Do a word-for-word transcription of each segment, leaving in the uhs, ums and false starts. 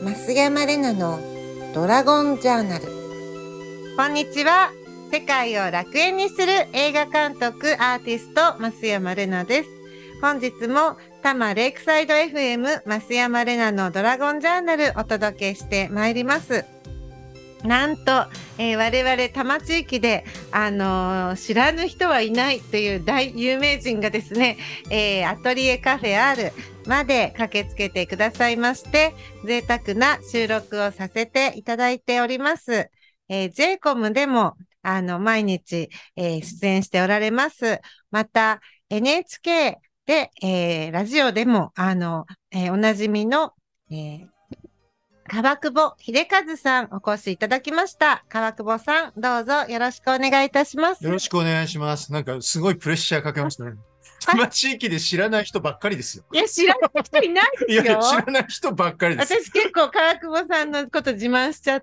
増山玲奈のドラゴンジャーナル。 こんにちは。世界を楽園にする映画監督アーティスト増山玲奈です。本日も多摩レイクサイド エフエム 増山玲奈のドラゴンジャーナルお届けしてまいります。なんと、えー、我々多摩地域で、あのー、知らぬ人はいないという大有名人がですね、えー、アトリエカフェ R まで駆けつけてくださいまして、贅沢な収録をさせていただいております。えー、ジェイコム でもあの毎日、えー、出演しておられます。また エヌエイチケー で、えー、ラジオでもあの、えー、おなじみの、えー川久保秀和さんお越しいただきました。川久保さん、どうぞよろしくお願いいたします。 よろしくお願いします。なんかすごいプレッシャーかけましたね。多摩地域で知らない人ばっかりですよ。 いや、知らない人いないですよ。 いや、知らない人ばっかりです。 私結構川久保さんのこと自慢しちゃって。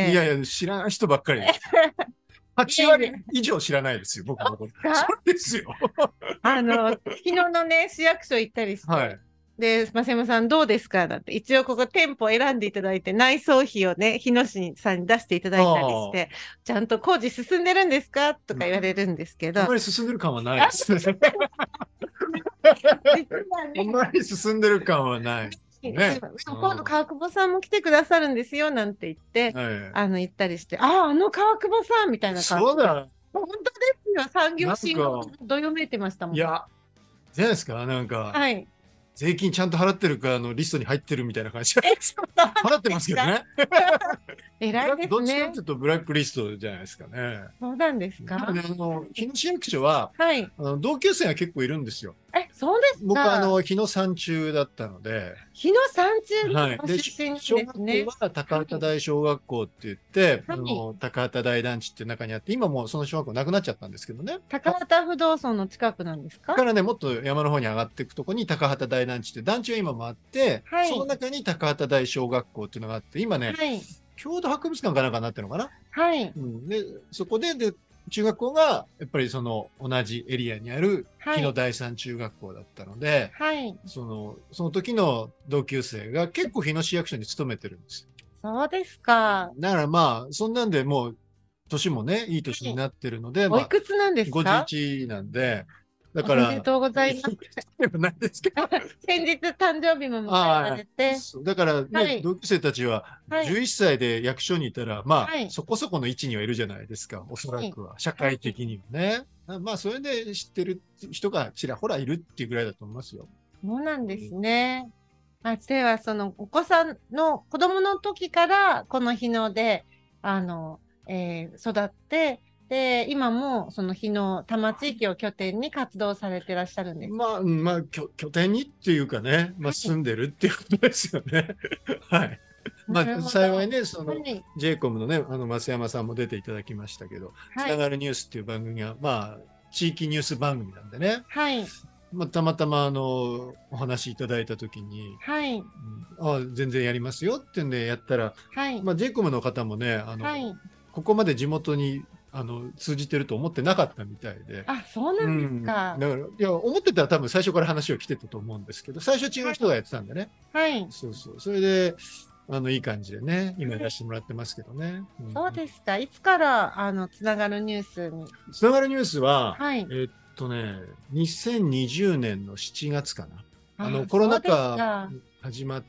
いやいや、知らない人ばっかりです。はちわり以上知らないですよ、僕のこと。そうですよ。 あの、昨日のね、市役所行ったりして。はい。で、増山さんどうですかだって、一応ここ店舗選んでいただいて、内装費をね、日野市さんに出していただいたりして、ちゃんと工事進んでるんですかとか言われるんですけど。 あんまり進んでる感はないですね。あんまり進んでる感はない。ね、 今度川久保さんも来てくださるんですよなんて言って、はい、あの言ったりして、ああ、あの川久保さんみたいな感じで。 そうだ。 本当ですよ。産業振興どよめいてましたもん。 いや、じゃないですか、なんか。はい。税金ちゃんと払ってるかのリストに入ってるみたいな感じじゃないですか。払ってますけどね。 偉いですね。 どっちかっていうとブラックリストじゃないですかね。 そうなんですか。 あの日野市役所は、はい、あの同級生が結構いるんですよ。 え、そうですか。 僕あの日野山中だったので。 日野山中はい。で、小学校は高畑台小学校って言って、はい、あの高畑台団地っていう中にあって、今もうその小学校なくなっちゃったんですけどね。 高畑不動尊の近くなんですか。 からね、もっと山の方に上がっていくところに高畑台団地って団地が今もあって、はい、その中に高畑台小学校っていうのがあって、今ね、はい、郷土博物館かなんかになってるのかな。はい。うん、で、そこで、で、中学校がやっぱりその同じエリアにある日野第三中学校だったので、はい、そのその時の同級生が結構日野市役所に勤めてるんですよ。 そうですか。 だからまあそんなんでもう年もねいい年になってるので、 はい、おいくつなんですか？ ごじゅういちなんで。だから。 おめでとうございます。先日誕生日も迎えられて。 だからね、はい、同級生たちはじゅういっさいで役所にいたら、まあ、はい、そこそこの位置にはいるじゃないですか、おそらくは。はい、社会的にはね。まあ、それで知ってる人がちらほらいるっていうぐらいだと思いますよ。 そうなんですね。うん、あ、では、そのお子さんの子供の時からこの日野で、あの、えー、育って、で、今もその日野多摩地域を拠点に活動されてらっしゃるんですか？ まあ、まあ、拠点にっていうかね、まあ、住んでるっていうことですよね。はい。まあ、幸いね、その、はい、ジェイコム のね、あの、増山さんも出ていただきましたけど、はい、つながるニュースっていう番組は、まあ、地域ニュース番組なんでね。はい。まあ、たまたま、あの、お話いただいたときに、はい、うん。あ、全然やりますよってんでやったら、はい。まあ、ジェイコム の方もね、あの、はい、ここまで地元に、あの通じてると思ってなかったみたいで。 あ、そうなんですか。 うん、だからいや思ってたら多分最初から話を来てたと思うんですけど、最初違う人がやってたんでね。はい。そうそう。それであのいい感じでね、今やらせてもらってますけどね。 うん、そうですか。いつからあのつながるニュースに。 つながるニュースは、はい、えっとね、にせんにじゅうねんのしちがつかな。あのコロナ禍始まって、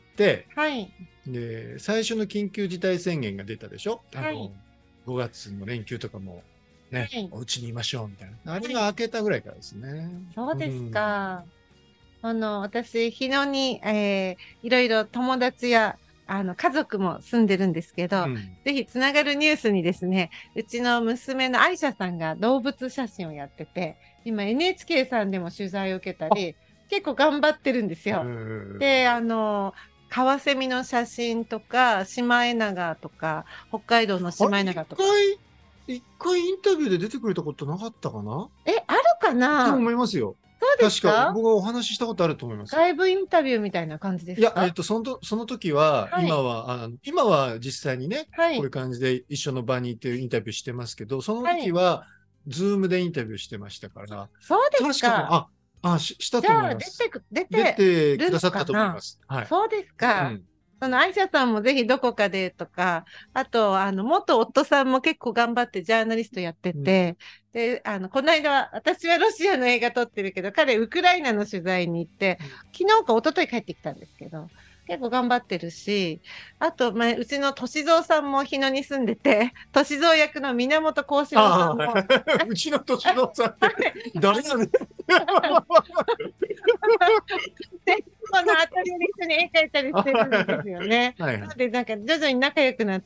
はい。で最初の緊急事態宣言が出たでしょ。あの、はい、ごがつの連休とかもね、はい、お家にいましょうみたいな。あれが明けたぐらいからですね。 そうですか。うん、あの、私、日野に、えー、いろいろ友達や、あの、家族も住んでるんですけど、うん、ぜひつながるニュースにですね、うちの娘の愛車さんが動物写真をやってて、今 エヌエイチケー さんでも取材を受けたり、結構頑張ってるんですよ。で、あの、カワセミの写真とか、シマエナガとか、北海道のシマエナガとか。 一回、一回インタビューで出てくれたことなかったかな？ え、あるかな？ と思いますよ。 そうですか？ 確か僕がお話ししたことあると思います。 外部インタビューみたいな感じですか？ いや、えっと、その、その時は、はい、今は、あの、今は実際にね、はい、こういう感じで一緒の場にいてインタビューしてますけど、その時は、ズームでインタビューしてましたから。 そうですか。 確かに、あ、あし、したと思います。 じゃあ出てく、出て出てくださったと思います。 はい。そうですか。うん、 その愛車さんもぜひどこかでとか、あと、あの、元夫さんも結構頑張ってジャーナリストやってて、うん、で、あの、この間は、私はロシアの映画撮ってるけど、彼、ウクライナの取材に行って、昨日か一昨日帰ってきたんですけど、結構頑張ってるし、あと、まあ、うちの歳三さんも日野に住んでて、歳三役の源幸四郎さんも。 うちの歳三さんって誰なのこのアトリエで一緒に絵描いたりしてるんですよね。はいはい、なので、なんか徐々に仲良くなって、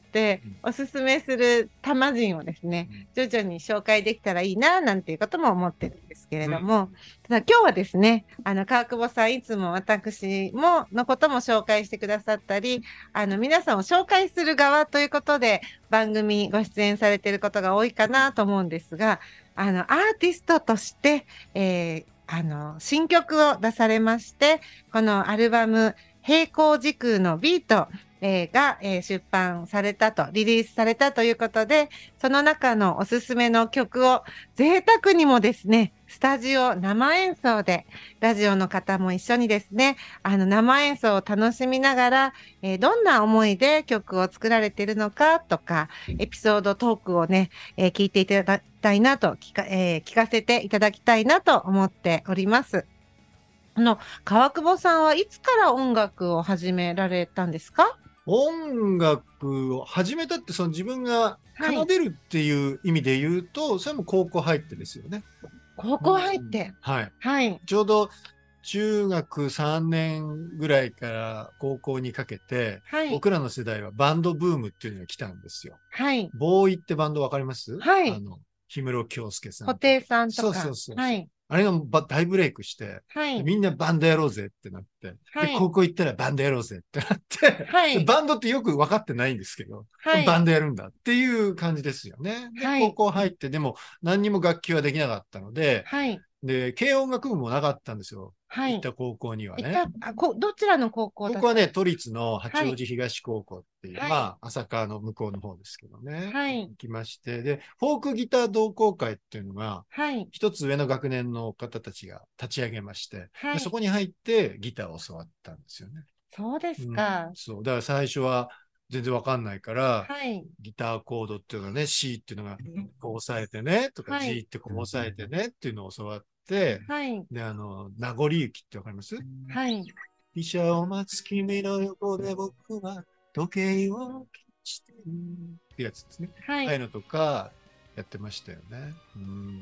うん、おすすめする玉人をですね、うん、徐々に紹介できたらいいな、なんていうことも思ってるんですけれども、うん、ただ今日はですね、あの、川久保さん、いつも私も、のことも紹介してくださったり、あの、皆さんを紹介する側ということで、番組ご出演されていることが多いかなと思うんですが、あの、アーティストとして、えーあの、新曲を出されまして、このアルバム、平行時空のビート、えー、が、えー、出版されたと、リリースされたということで、その中のおすすめの曲を贅沢にもですね、スタジオ生演奏で、ラジオの方も一緒にですね、あの生演奏を楽しみながら、えー、どんな思いで曲を作られているのかとか、エピソードトークをね、えー、聞いていただきたいなと聞か、えー、聞かせていただきたいなと思っております。あの、川久保さんはいつから音楽を始められたんですか？ 音楽を始めたって、その自分が奏でるっていう意味で言うと、はい、それも高校入ってですよね。 高校入って、うん、 はい。 はい。 ちょうど中学さんねんぐらいから高校にかけて、はい、僕らの世代はバンドブームっていうのが来たんですよ。 はい。 ボーイってバンドわかります？ はい。 あの、氷室京介さん。 布袋さんとか。 そうそうそうそう。 はい。 あれが大ブレイクして、はい、みんなバンドやろうぜってなって、はい、で高校行ったらバンドやろうぜってなって、はい、バンドってよく分かってないんですけど、はい、バンドやるんだっていう感じですよね。で、はい、高校入って、でも何にも楽器はできなかったので、はい、で、軽音楽部もなかったんですよ。はい、行った高校にはね。 あこどちらの高校だった？ 僕はね、都立の八王子東高校っていう、はい、まあ、浅川の向こうの方ですけどね。はい。行きまして、で、フォークギター同好会っていうのが、はい。一つ上の学年の方たちが立ち上げまして、はい、でそこに入ってギターを教わったんですよね。 そうですか。 うん、そう。だから最初は全然わかんないから、はい、ギターコードっていうのがね、C っていうのがこう押さえてね、とか、はい、G ってこう押さえてねっていうのを教わって、はい、で、あの、名残雪ってわかります？はい。汽車を待つ君の横で僕は時計を気にしてるってやつですね。はい。ああいうのとかやってましたよね。うん。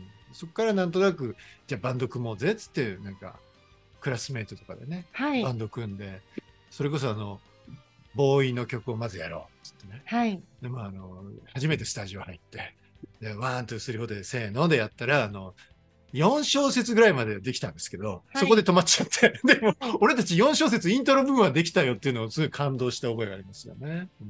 そこからなんとなく、じゃあバンド組もうぜっつって、なんか、クラスメイトとかでね、はい、バンド組んで、それこそあの、ボーイの曲をまずやろうっつってね。はい。でもあの、初めてスタジオ入って、で、ワン、ツー、スリー、フォーでせーのでやったら、あの、よん小節ぐらいまでできたんですけど、はい、そこで止まっちゃって。でも、俺たちよん小節イントロ部分はできたよっていうのをすごい感動した覚えがありますよね。うん、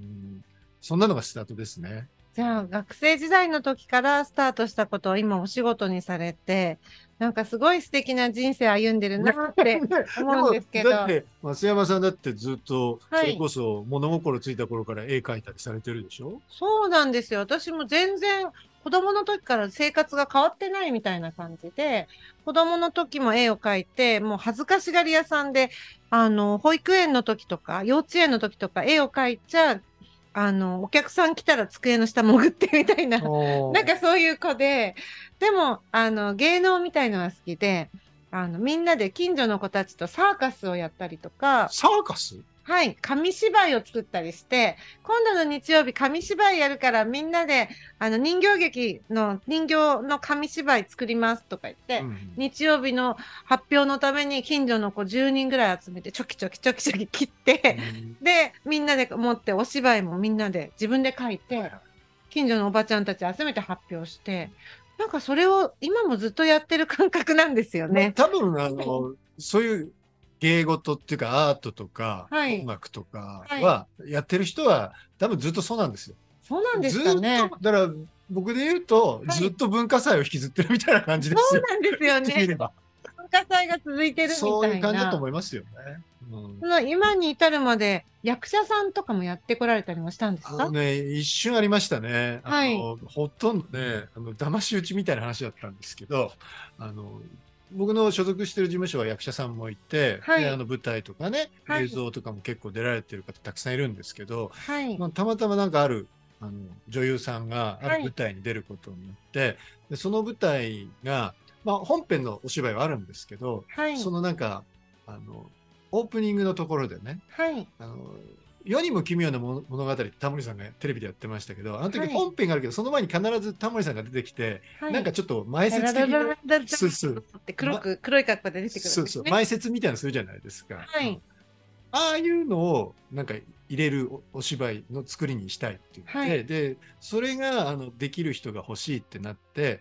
そんなのがスタートですね。 じゃあ、学生時代の時からスタートしたことを今お仕事にされて、なんかすごい素敵な人生歩んでるなって思うんですけど。 だって、増山さんだってずっと、それこそ物心ついた頃から絵描いたりされてるでしょ？はい、 そうなんですよ。私も全然子供の時から生活が変わってないみたいな感じで、子供の時も絵を描いて、もう恥ずかしがり屋さんで、あの、保育園の時とか、幼稚園の時とか絵を描いちゃ、あの、お客さん来たら机の下潜ってみたいな、なんかそういう子で、でも、あの、芸能みたいのは好きで、あの、みんなで近所の子たちとサーカスをやったりとか。 サーカス？ はい。紙芝居を作ったりして、今度の日曜日紙芝居やるからみんなで、あの人形劇の人形の紙芝居作りますとか言って、うん、日曜日の発表のために近所の子じゅうにんぐらい集めてちょきちょきちょきちょき切って、うん、で、みんなで持ってお芝居もみんなで自分で書いて、近所のおばちゃんたち集めて発表して、なんかそれを今もずっとやってる感覚なんですよね。 多分あの、そういう芸事っていうかアートとか、はい、音楽とかはやってる人は多分ずっとそうなんですよ。 そうなんですかね。 ずっとだから僕で言うと、はい、ずっと文化祭を引きずってるみたいな感じですよ。 そうなんですよね。文化祭が続いてるみたいな。 そういう感じだと思いますよね。 うん、今に至るまで役者さんとかもやってこられたりもしたんですか？ あのね、一瞬ありましたね。あの、はい、ほとんどね、あの騙し討ちみたいな話だったんですけど、あの僕の所属してる事務所は役者さんもいて、 はい、 であの舞台とかね、 はい、 映像とかも結構出られてる方たくさんいるんですけど、 はい、 まあ、たまたまなんかあるあの女優さんがある舞台に出ることによって、はい、でその舞台が、まあ、本編のお芝居はあるんですけど、はい、そのなんかあのオープニングのところでね、はい、あの世にも奇妙な物語ってタモリさんがテレビでやってましたけど、あの時本編があるけど、はい、その前に必ずタモリさんが出てきて、はい、なんかちょっと前説的な、 そうそう黒く、黒い格好で出てくるんですね。 そうそう、前説みたいなのするじゃないですか。はい、ああいうのをなんか入れる お, お芝居の作りにしたいって言って、はい、でそれがあのできる人が欲しいってなって、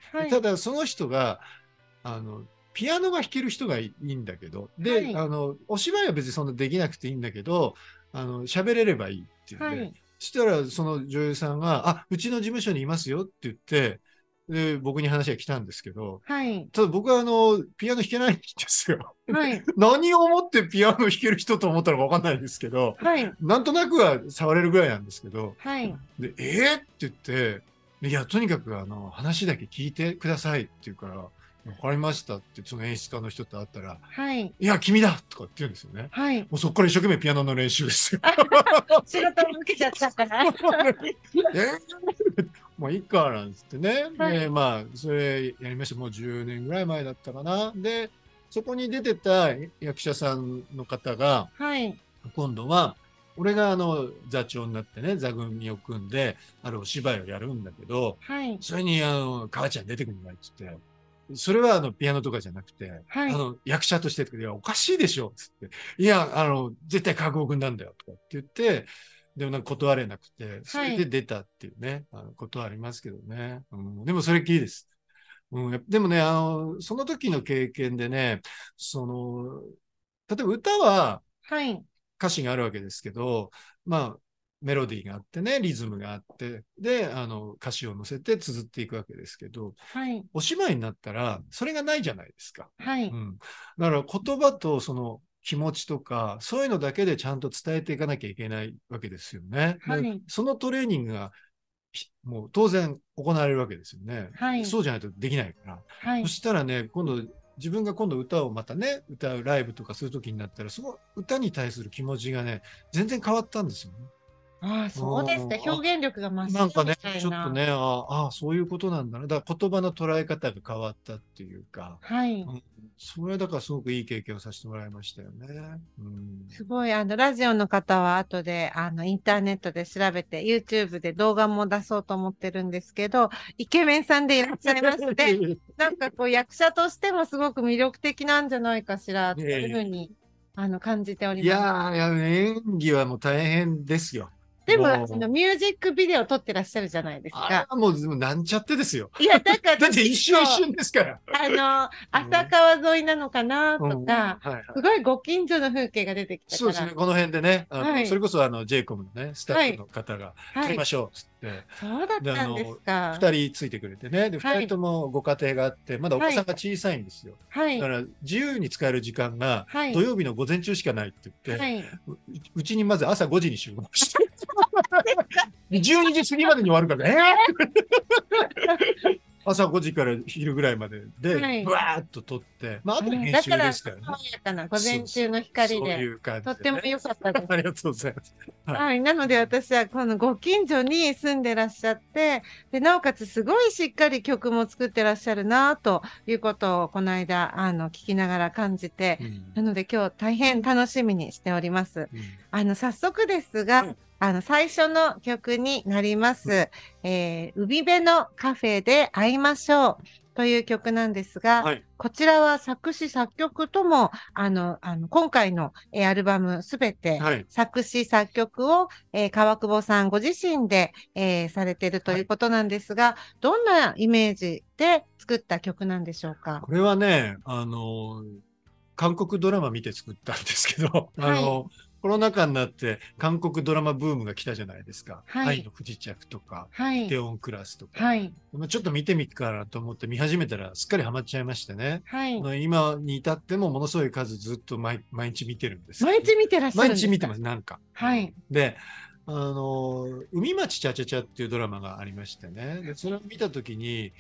はい、ただその人があのピアノが弾ける人がいいんだけど、で、はい、あのお芝居は別にそんなできなくていいんだけど、あの喋れればいいって言って、はい、そしたらその女優さんが「あ、うちの事務所にいますよ」って言ってで僕に話が来たんですけど、はい、ただ僕はあのピアノ弾けないんですよ。はい、何を思ってピアノ弾ける人と思ったのか分かんないんですけど、はい、なんとなくは触れるぐらいなんですけど、はい、でえー、って言って「いやとにかくあの話だけ聞いてください」って言うから「分かりました」ってその演出家の人と会ったら「はい、いや君だ!」とかって言うんですよね。はい、もうそこから一生懸命ピアノの練習ですよ。 仕事を受けちゃったから。えー、まあいいかなんつってね、はい、でまあそれやりました。もうじゅうねんぐらい前だったかな。でそこに出てた役者さんの方が、はい、今度は俺があの座長になってね座組を組んであるお芝居をやるんだけど、はい、それにあの母ちゃん出てくんないっつって。それはあのピアノとかじゃなくて、はい、あの役者としていやおかしいでしょっつっていやあの絶対覚悟君なんだよとかって言ってでもなんか断れなくてそれで出たっていうね、はい、あのことはありますけどね、うん、でもそれっきりです、うん、でもねあのその時の経験でねその例えば歌は歌詞があるわけですけど、はい、まあメロディーがあってねリズムがあってであの歌詞を乗せて綴っていくわけですけど、はい、お芝居になったらそれがないじゃないですか、はいうん、だから言葉とその気持ちとかそういうのだけでちゃんと伝えていかなきゃいけないわけですよね、はい、そのトレーニングがもう当然行われるわけですよね、はい、そうじゃないとできないから、はい、そしたらね今度自分が今度歌をまたね歌うライブとかする時になったらその歌に対する気持ちがね全然変わったんですよね。 ああ、そうですね。表現力が増したなんかね、ちょっとね、ああ、そういうことなんだな。だから言葉の捉え方が変わったっていうか、はい。うん、それだからすごくいい経験をさせてもらいましたよね。うん、 すごい、あの、ラジオの方は後で、あの、インターネットで調べて、YouTube で動画も出そうと思ってるんですけど、イケメンさんでいらっしゃいまして、なんかこう、役者としてもすごく魅力的なんじゃないかしら、というふうに、あの、感じております。いやいや、演技はもう大変ですよ。 でも、あの、ミュージックビデオ撮ってらっしゃるじゃないですか。 あもう、なんちゃってですよ。 いや、だから、 だって一瞬一瞬ですから。 あの、浅川沿いなのかなとか、うんはいはい、すごいご近所の風景が出てきたから。 そうですね、この辺でね、あのはい、それこそあの、ジェイコムのね、スタッフの方が、撮りましょうっつって、はいはい、 そうだったんですか。 二人ついてくれてね、で、二人ともご家庭があって、まだお子さんが小さいんですよ。はい、だから、自由に使える時間が、土曜日の午前中しかないって言って、はい、う, うちにまず朝ごじに集合して。じゅうにじ過ぎまでに終わるからね。えー朝ごじから昼ぐらいまでで、はい、ブワーッと撮って、まあ、あと編集ですからね。 爽やかな午前中の光で、そういう感じでね、とっても良かったです。 ありがとうございます。 はい、はい、なので私はこのご近所に住んでらっしゃって、で、なおかつすごいしっかり曲も作ってらっしゃるなということをこの間、あの、聞きながら感じて、うん、なので今日大変楽しみにしております。うん、あの、早速ですが、うんあの、最初の曲になります、えー、海辺のカフェで会いましょうという曲なんですが、はい、こちらは作詞作曲とも、あの、あの今回の、えー、アルバムすべて、はい、作詞作曲を、えー、川久保さんご自身で、えー、されているということなんですが、はい、どんなイメージで作った曲なんでしょうか？ これはね、あの、韓国ドラマ見て作ったんですけど、はい、あの、コロナ禍になって韓国ドラマブームが来たじゃないですか。はい、愛の不時着とか、はい、テオンクラスとか、はい、ちょっと見てみっからと思って見始めたらすっかりハマっちゃいましてね。はい、今に至ってもものすごい数ずっと 毎, 毎日見てるんです。 毎日見てらっしゃるんですか？ 毎日見てます、なんか。はい、で、あの、海町チャチャチャっていうドラマがありましてね。でそれを見たときに、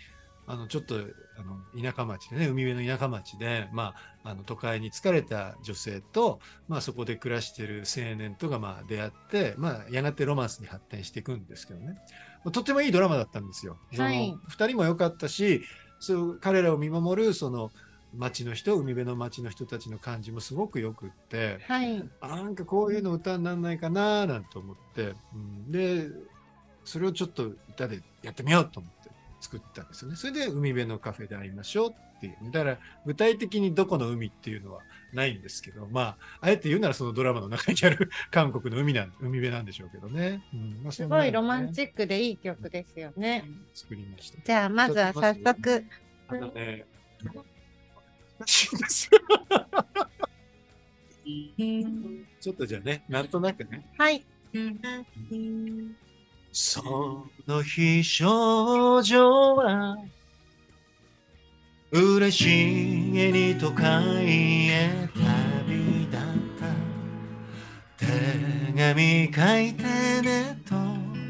あのちょっとあの田舎町でね、海辺の田舎町で、まあ、あの都会に疲れた女性と、まあ、そこで暮らしている青年とがまあ出会って、まあ、やがてロマンスに発展していくんですけどね、とってもいいドラマだったんですよ。そのふたりも良かったし、そう彼らを見守るその町の人、海辺の町の人たちの感じもすごくよくって、 はい、 あ、なんかこういうの歌にならないかななんて思って、うん、でそれをちょっと歌でやってみようと思って作ったんですよね。それで海辺のカフェで会いましょうっていう。だから具体的にどこの海っていうのはないんですけど、まああえて言うならそのドラマの中にある韓国の海なん海辺なんでしょうけどね。うんまあ、 すごいロマンチックでいい曲ですよね。 作りました。 じゃあまずは早速。 あのね、難しいんですちょっとじゃあね、なんとなくね。 はい。 その日少女は嬉しげに都会へ旅立った。手紙書いてねと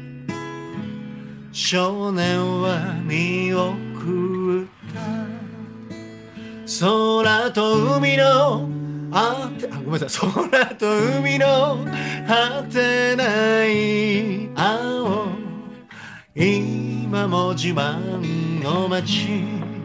少年は見送った。空と海のあてあごめんなさい空と海の果てない青、今も自慢の街、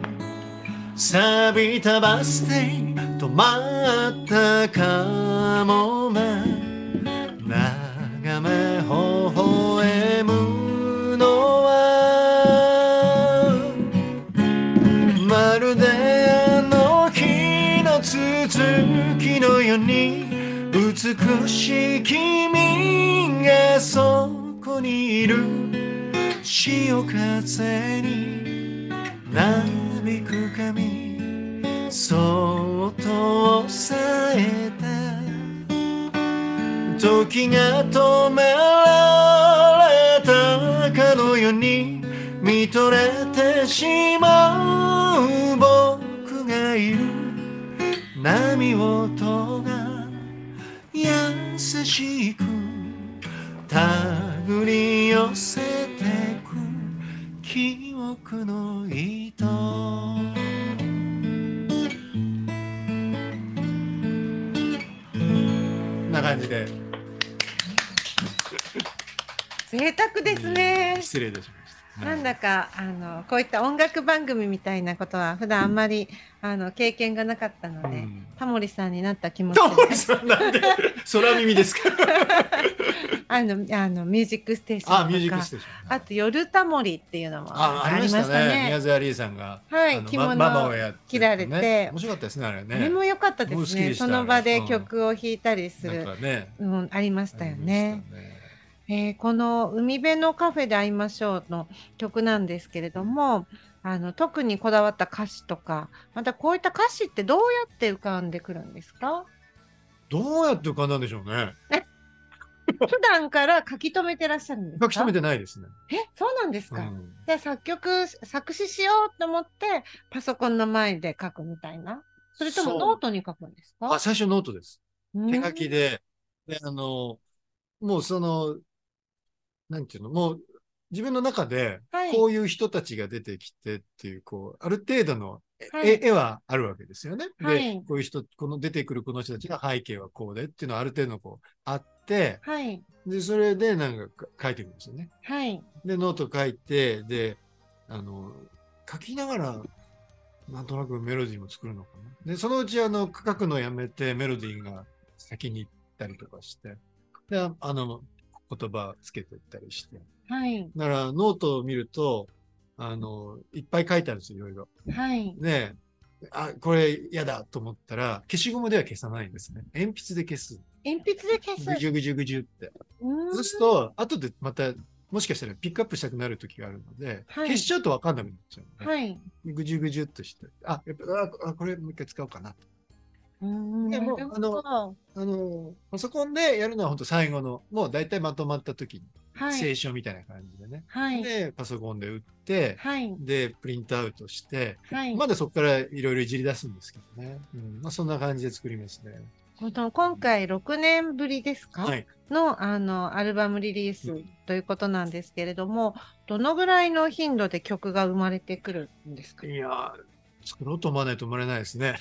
錆びたバス停止まったカモメ、眺め微笑むのはまるであの日の続きのように、美しい君がそこにいる。潮風になびく髪、そっと押さえて時が止められたかのように見とれてしまう僕がいる。波音が優しく手繰り寄せてく記憶の糸。な感じで贅沢ですね。 失礼いたしました。 なんだかあのこういった音楽番組みたいなことは普段あんまりあの経験がなかったので、うん、タモリさんになった気持ちで。 タモリさんなんで空耳ですかあのあのミュージックステーションとか、 あ、ミュージックステーション、 あと夜タモリっていうのもありましたね。宮沢りえさんが、 はい、着物を着られて、 面白かったですねあれね。 あれも良かったですね。その場で曲を弾いたりする、うん、ありましたよね。えー、この海辺のカフェで会いましょうの曲なんですけれども、あの特にこだわった歌詞とか、またこういった歌詞ってどうやって浮かんでくるんですか？ どうやって浮かんだんでしょうね。 普段から書き留めてらっしゃるんですか？ 書き留めてないですね。 え、そうなんですか？うん、じゃあ作曲作詞しようと思ってパソコンの前で書くみたいな、それともノートに書くんですか？ あ、最初ノートです。手書きで、であのもうそのなんていうの、もう自分の中でこういう人たちが出てきてっていう、こうある程度の絵、はい、絵はあるわけですよね。で、はい、こういう人、この出てくるこの人たちが背景はこうでっていうのはある程度こうあって、 はい、 でそれでなんか書いていくんですよね。 はい、 でノート書いて、であの書きながらなんとなくメロディーも作るのかな。でそのうちあの書くのやめてメロディーが先に行ったりとかして、であの言葉つけていったりして、 はい、 だからノートを見るとあのいっぱい書いてあるんですよ、いろいろ。 はい、 ねえ、あ、これ嫌だと思ったら消しゴムでは消さないんですね。鉛筆で消す。 鉛筆で消す。 ぐじゅぐじゅぐじゅって。そうすると後でまたもしかしたらピックアップしたくなる時があるので、はい、消しちゃうと分かんなくなっちゃうので、はい、ぐじゅぐじゅっとして、あ、やっぱあこれもう一回使おうかなと。でもあのあのパソコンでやるのは本当最後のもう大体まとまった時に、はい、清書みたいな感じでね、はい、でパソコンで打って、はい、でプリントアウトして、はい、まだそこからいろいろいじり出すんですけどね、うんまあ、そんな感じで作りますね。 この今回ろくねんぶりですか、 はい、 の、あの、アルバムリリースということなんですけれども、どのぐらいの頻度で曲が生まれてくるんですか？ いや、作ろうと思わないと生まれないですね。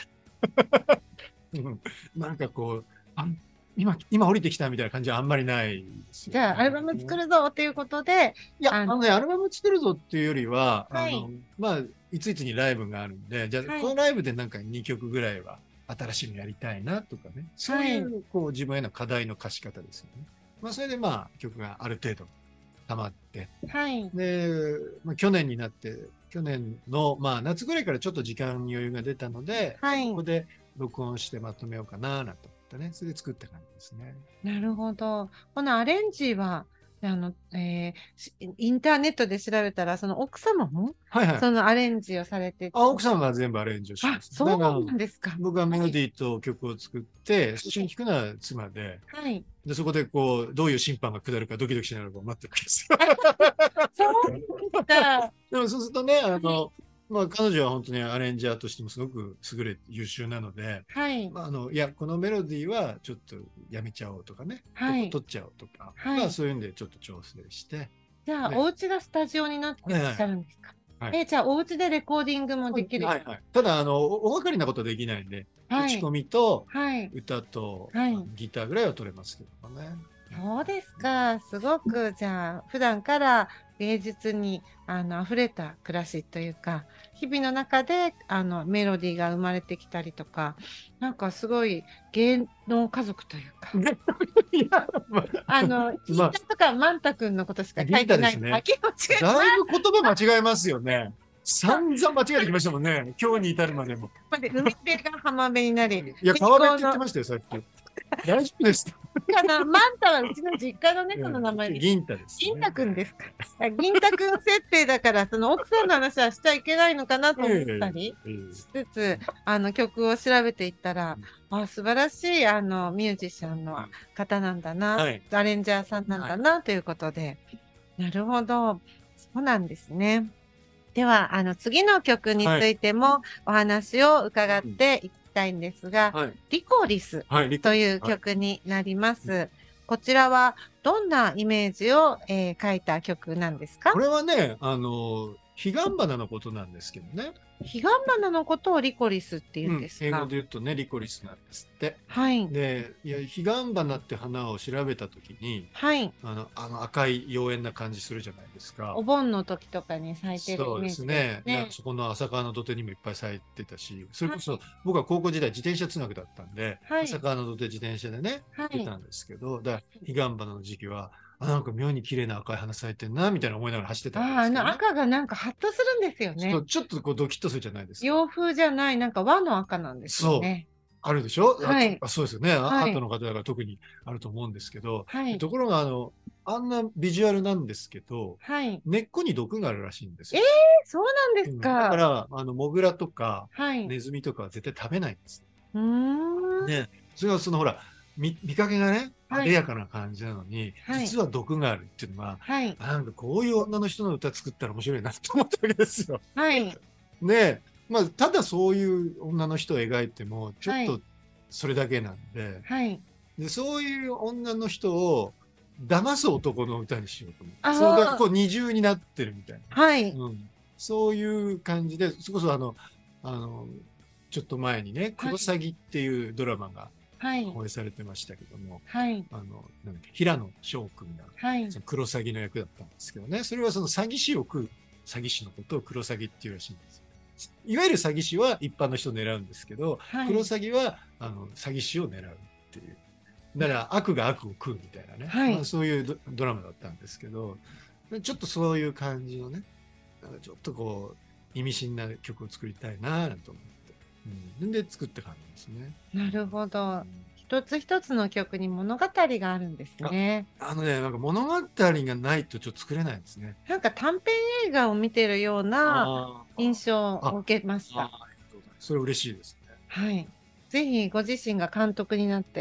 なんかこう、あ今、今降りてきたみたいな感じはあんまりないですよ。 じゃあ、アルバム作るぞっていうことで、 いや、ああのね、アルバム作るぞっていうよりは、 はいあの、まあ、いついつにライブがあるんで、じゃあ、 はいこのライブでなんかにきょくぐらいは新しいのやりたいなとかね、そういう、こう、自分への課題の課し方ですよね。まあ、それでまあ、曲がある程度溜まって、 はい。 で、まあ、去年になって、去年の、まあ、夏ぐらいからちょっと時間に余裕が出たので、 はいここで録音してまとめようかな、なんて思ってね、それで作った感じですね。 なるほど。このアレンジは、あの、えーしインターネットで調べたら、その奥様も、 はいはい。 そのアレンジをされてて。 あ、奥さんが全部アレンジをしあま、す。 そうだからなんですか。 僕はメロディーと曲を作って、最初に弾くのは妻で、 はい。 で、そこでこう、どういう審判が下るかドキドキしながらこう待ってるわけですよ。 そうですか。 でもそうするとね、あの、まあ彼女は本当にアレンジャーとしてもすごく優れて優秀なので、 はい。 まあ、あの、いや、このメロディーはちょっとやめちゃおうとかね、 はいここ取っちゃおうとか、 はいまあそういうんでちょっと調整して、 じゃあ、 ねお家がスタジオになってらっしゃるんですか？ はいえ、じゃあ、お家でレコーディングもできる。 はいはい。ただ、あの、お大掛かりなことできないんで、 はい打ち込みとはい。 歌と、 はいギターぐらいは取れますけどね。 そうですか。すごく、じゃあ、普段から芸術にあの溢れた暮らしというか、日々の中であのメロディーが生まれてきたりとか、なんかすごい芸能家族というか、 いや、まあ、 あの、ギターとかマンタ君のことしか書いてない。 ギターですねあ、気持ちがだいぶ言葉間違えますよね。散々間違えてきましたもんね。今日に至るまでも。 まで、海辺が浜辺になり。 いや、川辺って言ってましたよ、さっき。大丈夫です。 かな、マンタはうちの実家の猫の名前です。 銀太です、ね。 銀太くんですか。銀太くん設定だから、その奥さんの話はしちゃいけないのかなと思ったりしつつ、あの曲を調べていったら、あ、素晴らしいあのミュージシャンの方なんだな、 はい、 アレンジャーさんなんだな、はい、ということで、なるほど、そうなんですね。では、あの次の曲についてもお話を伺っていきたいんですが、はい、リコリスという曲になります。はい、こちらはどんなイメージを、えー、書いた曲なんですか？ これはね、あの、彼岸花のことなんですけどね。 彼岸花のことをリコリスって言うんですか？ うん、英語で言うとね、リコリスなんですって。 はい。 で、いや、彼岸花って花を調べたときに、 はい。 あの、あの赤い妖艶な感じするじゃないですか。 お盆の時とかに咲いてるイメージですね。 そうですね。ね、そこの浅川の土手にもいっぱい咲いてたし、それこそ、はい、僕は高校時代自転車通学だったんで、はい、浅川の土手自転車でね、行ってたんですけど、だ彼岸花の時期は、あ、なんか妙に綺麗な赤い花咲いてんな、みたいな思いながら走ってたんですけど、ね。 ああ、あの赤がなんかハッとするんですよね。 そう、ちょっとこうドキッとするじゃないですか。 洋風じゃない、なんか和の赤なんですよね。 そう。あるでしょ、 はい、 あ、そうですよね。 はい、 アートの方だから特にあると思うんですけど、 はい、 ところがあの、あんなビジュアルなんですけど、 はい、 根っこに毒があるらしいんですよ。 えー、そうなんですか。 うん、だから、あの、モグラとか、 はい、 ネズミとかは絶対食べないんです。 うーん。 ね、それはそのほら、見, 見かけがね、あでやかな感じなのに、はい、実は毒があるっていうのは、はい、なんかこういう女の人の歌作ったら面白いなと思ったわけですよ。 はい。 ね、まあ、ただそういう女の人を描いても、ちょっとそれだけなんで、はい、でそういう女の人を騙す男の歌にしようと思って、そうだこう二重になってるみたいな、 はいうん、そういう感じで、それこそあの、あの、ちょっと前にね、クロサギっていうドラマが、放映されてましたけども、はい、あのなんだっけ平野翔君が、はい、そのクロサギの役だったんですけどね、それはその詐欺師を食う詐欺師のことをクロサギっていうらしいんですよ。いわゆる詐欺師は一般の人を狙うんですけど、はい、クロサギはあの詐欺師を狙うっていう。だから悪が悪を食うみたいなね、はい、まあ、そういう ド, ドラマだったんですけど、ちょっとそういう感じのね、なんかちょっとこう意味深な曲を作りたいなと思って。うん、で作った感じですね。 なるほど。うん、一つ一つの曲に物語があるんですね。 あ, あのね、なんか物語がないとちょっと作れないですね。 なんか短編映画を見てるような印象を受けました。 それ嬉しいですね。 はい。ぜひご自身が監督になって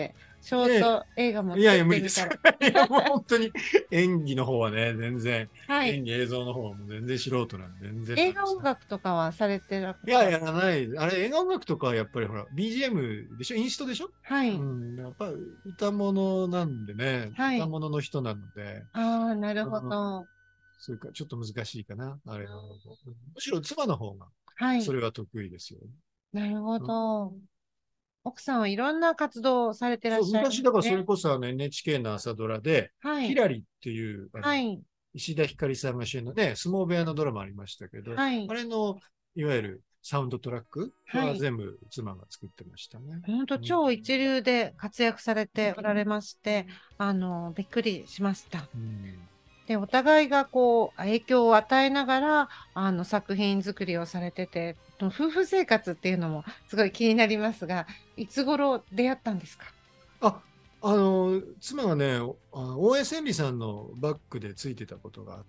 ショート映画もいやいや、無理です。 作ってみたら。 いや、もう本当に演技の方はね、全然、 はい。 演技映像の方はもう全然素人なんで、全然。 映画音楽とかはされてる？ いや、やらない。あれ、映画音楽とかはやっぱりほら、ビージーエム でしょ、インストでしょ。 はい。 うん、やっぱ歌物なんでね、 はい歌物の人なので、 ああ、なるほうん、 ど。 それかちょっと難しいかな、あれの。むしろ妻の方が、 はい。 それは得意ですよ。 なるほうん、 ど。奥さんはいろんな活動をされてらっそう、 しゃいま昔だからそれすね。 こそあの エヌエイチケー の朝ドラで、 はい。 ヒラリっていう、あの、 はい。 石田ひかりさんが主演のね、相撲部屋のドラマありましたけど、 はい。 あれの、いわゆるサウンドトラックはい。 は全部妻が作ってましたね。 本当うん、 超一流で活躍されておられまして、あの、びっくりしました。 うん、 で、お互いがこう、影響を与えながら、あの、作品作りをされてて、夫婦生活っていうのもすごい気になりますが、いつ頃出会ったんですか？ あ、あの、妻がね、あの大江千里さんのバックでついてたことがあって、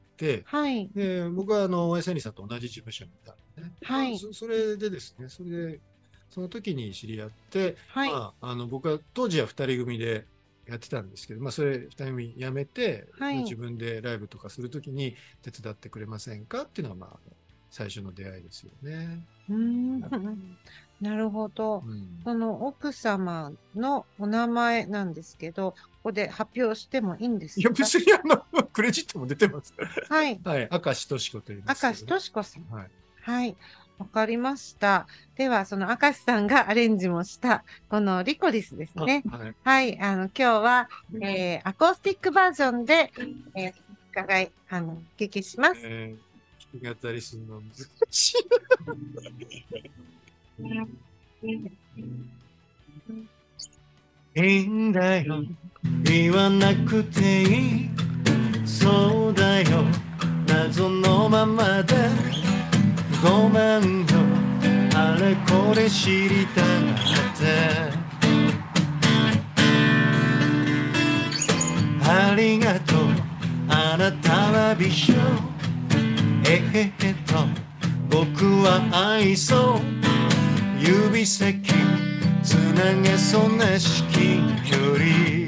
はい。 で、僕はあの大江千里さんと同じ事務所にいたんでね。 はい。 そ、それでですね、それで、その時に知り合って、 はい。 まあ、あの僕は当時はふたり組でやってたんですけど、まあ、それふたり組やめて、 はい。 自分でライブとかするときに手伝ってくれませんかっていうのが、まあ、最初の出会いですよね。 うーん。なるほど。 うん、 その奥様のお名前なんですけど、ここで発表してもいいんでいや、 すか？ 別にあの、クレジットも出てます。 はい。 はい、明石俊子と言います明石けどね。 俊子さん。 はい。 はい。わかりました。では、その明石さんがアレンジもした、このリコリスですあ、 ね。 はい。 はい。あの、今日は、えー、アコースティックバージョンで、えー、伺い、あの、お聞きします。 えー、弾き語りするの難しい。いいんだよ、言わなくていい。そうだよ、謎のままでごめんよ、あれこれ知りたがってありがとう、あなたは美女、えへへと僕は愛そう、指先つなげそうな至近距離、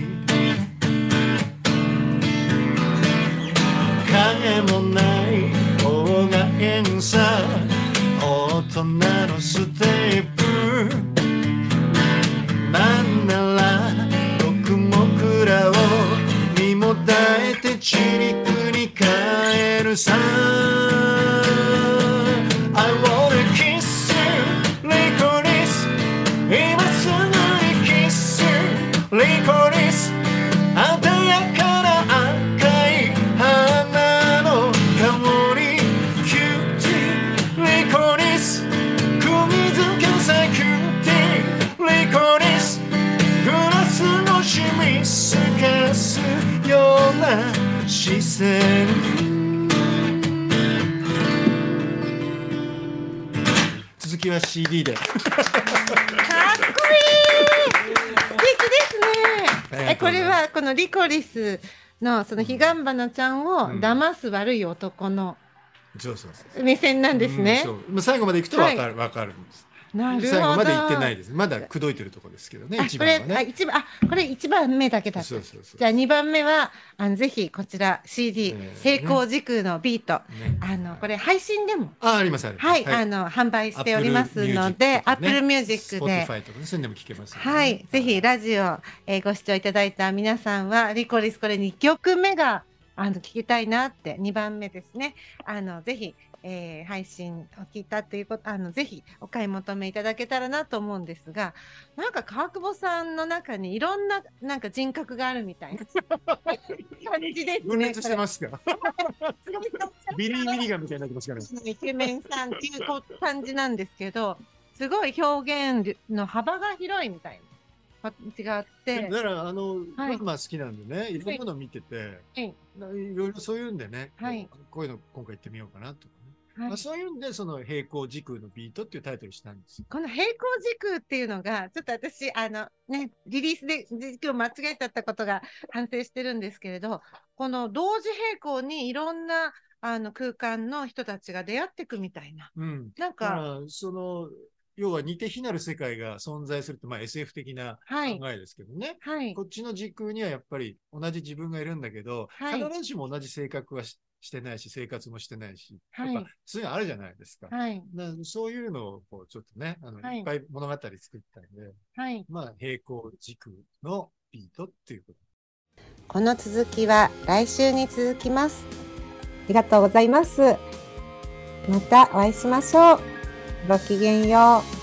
影もない方が遠さ、大人のステップなんなら毒もくらを身もだえて血肉に変えるさ、 I wanna kiss you リコリス、今すぐにキッスリコリス、鮮やかな赤い花の香り、キューティーリコリス、釘付けさキューティーリコリス、グラスの染みすかすような視線、続きは シーディー で。 かっこいい。素敵ですね。え、これはこのリコリスのその彼岸花ちゃんを騙す悪い男のそうそうそう。 目線なんですね。 うん、そう。最後まで行くと分かる、分かるんです。 なるほど。 最後まで行ってないです。まだ口説いてるところですけどね、一番はね。 あ、一番、あ、これ一番目だけだった。 そうそうそう。 じゃあ二番目は、あの、ぜひこちら シーディー、平行時空のビート。あの、これ配信でも。 あ、あります、あります。 はい、あの、販売しておりますので、Apple Music で。 Spotify とかね、そういうのも聞けます。 はい、ぜひラジオ、えー、ご視聴いただいた皆さんは、リコリス、これにきょくめが、あの、聞きたいなって、にばんめですね。あの、ぜひ、えー、配信を聞いたということ、あの、ぜひお買い求めいただけたらなと思うんですが、なんか川久保さんの中にいろんな、なんか人格があるみたいな感じですね。 分裂してますかビリー・ミリガンみたいになってますからね。 イケメンさんっていう感じなんですけど、すごい表現の幅が広いみたいな感じがあって。 だから、あの、はい、まあ好きなんでね、いろんなの見てて、はい、いろいろそういうんでね、はい、こういうの今回行ってみようかなとかね。はい、まあそういうんで、その平行時空のビートっていうタイトルしたんですよ。 この平行時空っていうのが、ちょっと私、あのね、リリースで時空を間違えちゃったことが反省してるんですけれど、この同時並行にいろんなあの空間の人たちが出会っていくみたいな。 うん。 なんか、 その、 要は似て非なる世界が存在するって、まあ、エスエフ 的な考えですけどね、 はい、 こっちの時空にはやっぱり同じ自分がいるんだけど、はい、必ずしも同じ性格は し, してないし生活もしてないし、はい、やっぱそういうのあるじゃないですか。はい、そういうのをこうちょっとねあの、はい、いっぱい物語作ったんで、はい、まあ平行時空のビートっていうこと。 この続きは来週に続きます。 ありがとうございます。またお会いしましょう。ごきげんよう。